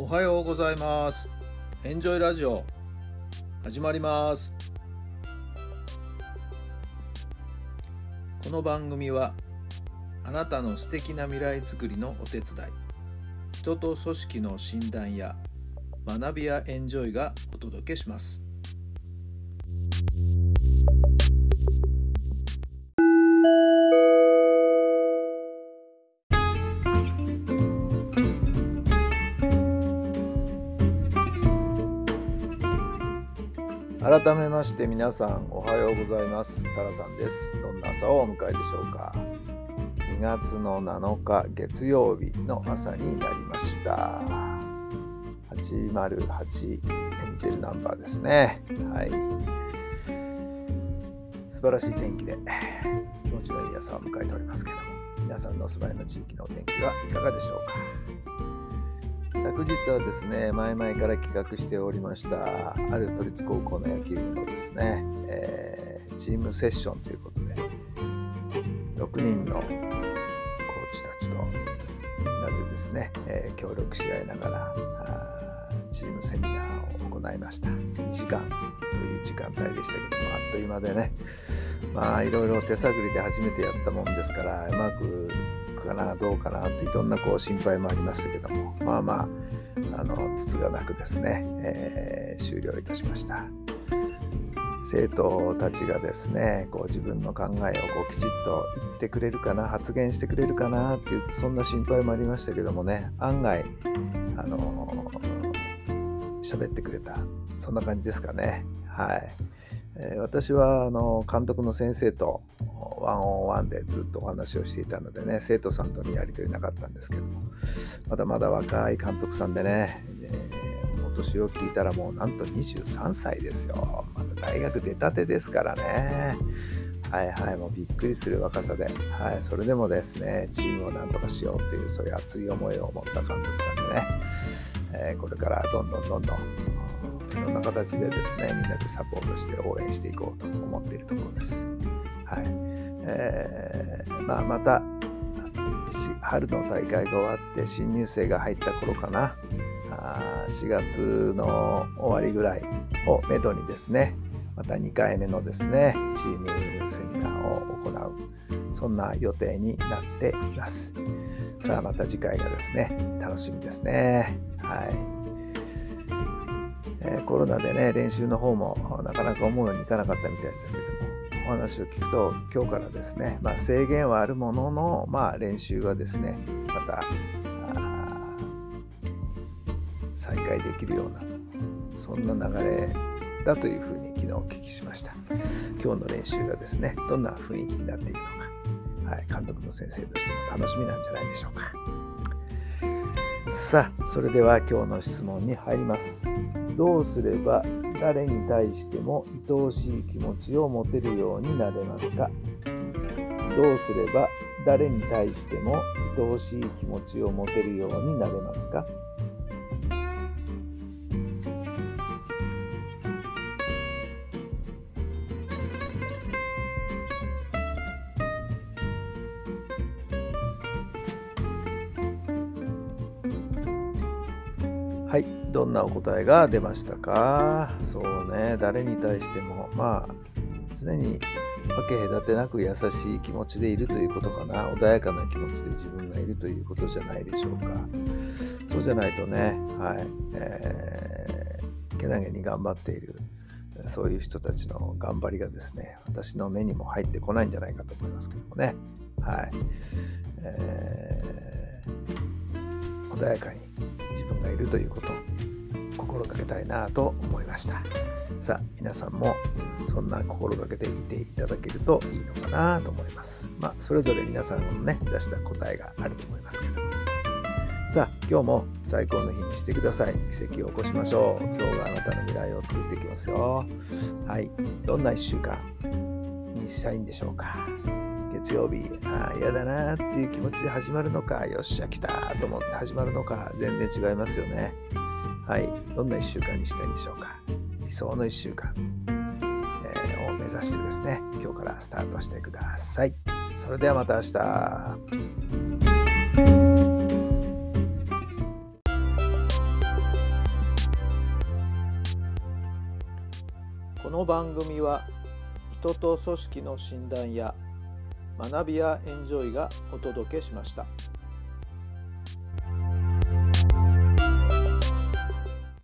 おはようございます。エンジョイラジオ始まります。この番組はあなたの素敵な未来づくりのお手伝い、人と組織の診断や学びやエンジョイがお届けします。改めまして皆さんおはようございます。タラさんです。どんな朝をお迎えでしょうか。2月の7日月曜日の朝になりました。808エンジェルナンバーですね。はい。素晴らしい天気で気持ちのいい朝を迎えておりますけども、皆さんのお住まいの地域のお天気はいかがでしょうか。昨日はですね、前々から企画しておりましたある都立高校の野球部のですね、チームセッションということで6人のコーチたちとみんなでですね、協力し合いながらチームセミナーを行いました。2時間という時間帯でしたけども、あっという間でね、いろいろ手探りで初めてやったもんですから、うまくいくかなどうかなっていろんな心配もありましたけども、つつがなくですね、終了いたしました。生徒たちがですね、自分の考えをきちっと言ってくれるかな、発言してくれるかなっていう、そんな心配もありましたけどもね、案外喋ってくれた、そんな感じですかね。はい。私は監督の先生とワンオンワンでずっとお話をしていたのでね、生徒さんとのやり取りなかったんですけども、まだまだ若い監督さんでね、お年を聞いたらもうなんと23歳ですよ。まだ大学出たてですからね。もうびっくりする若さで、それでもですね、チームをなんとかしようという、そういう熱い思いを持った監督さんでね、これからどんどんいろんな形でですね、みんなでサポートして応援していこうと思っているところです。また春の大会が終わって新入生が入った頃かな、4月の終わりぐらいをめどにですね、また2回目のですねチームセミナーを行う、そんな予定になっています。さあまた次回がですね楽しみですね。コロナでね、練習の方もなかなか思うようにいかなかったみたいですけども、お話を聞くと今日からですね、制限はあるものの、練習がですねまた再開できるような、そんな流れだというふうに昨日お聞きしました。今日の練習がですねどんな雰囲気になっているのか、監督の先生としても楽しみなんじゃないでしょうか。さあ、それでは今日の質問に入ります。どうすれば誰に対しても愛おしい気持ちを持てるようになれますか？どうすれば誰に対しても愛おしい気持ちを持てるようになれますか？はい、どんなお答えが出ましたか？そうね、誰に対しても常に分け隔てなく優しい気持ちでいるということかな。穏やかな気持ちで自分がいるということじゃないでしょうか。そうじゃないとね、けなげに頑張っているそういう人たちの頑張りがですね、私の目にも入ってこないんじゃないかと思いますけどもね。穏やかに自分がいるということを心がけたいなと思いました。さあ皆さんもそんな心がけていていただけるといいのかなと思います。それぞれ皆さんのね出した答えがあると思いますけど、さあ今日も最高の日にしてください。奇跡を起こしましょう。今日があなたの未来を作っていきますよ。どんな1週間にしたいんでしょうか。月曜日、嫌だなっていう気持ちで始まるのか、よっしゃ来たと思って始まるのか、全然違いますよね。どんな1週間にしたいんでしょうか。理想の1週間、を目指してですね、今日からスタートしてください。それではまた明日。 この番組は人と組織の診断や学びやエンジョイがお届けしました。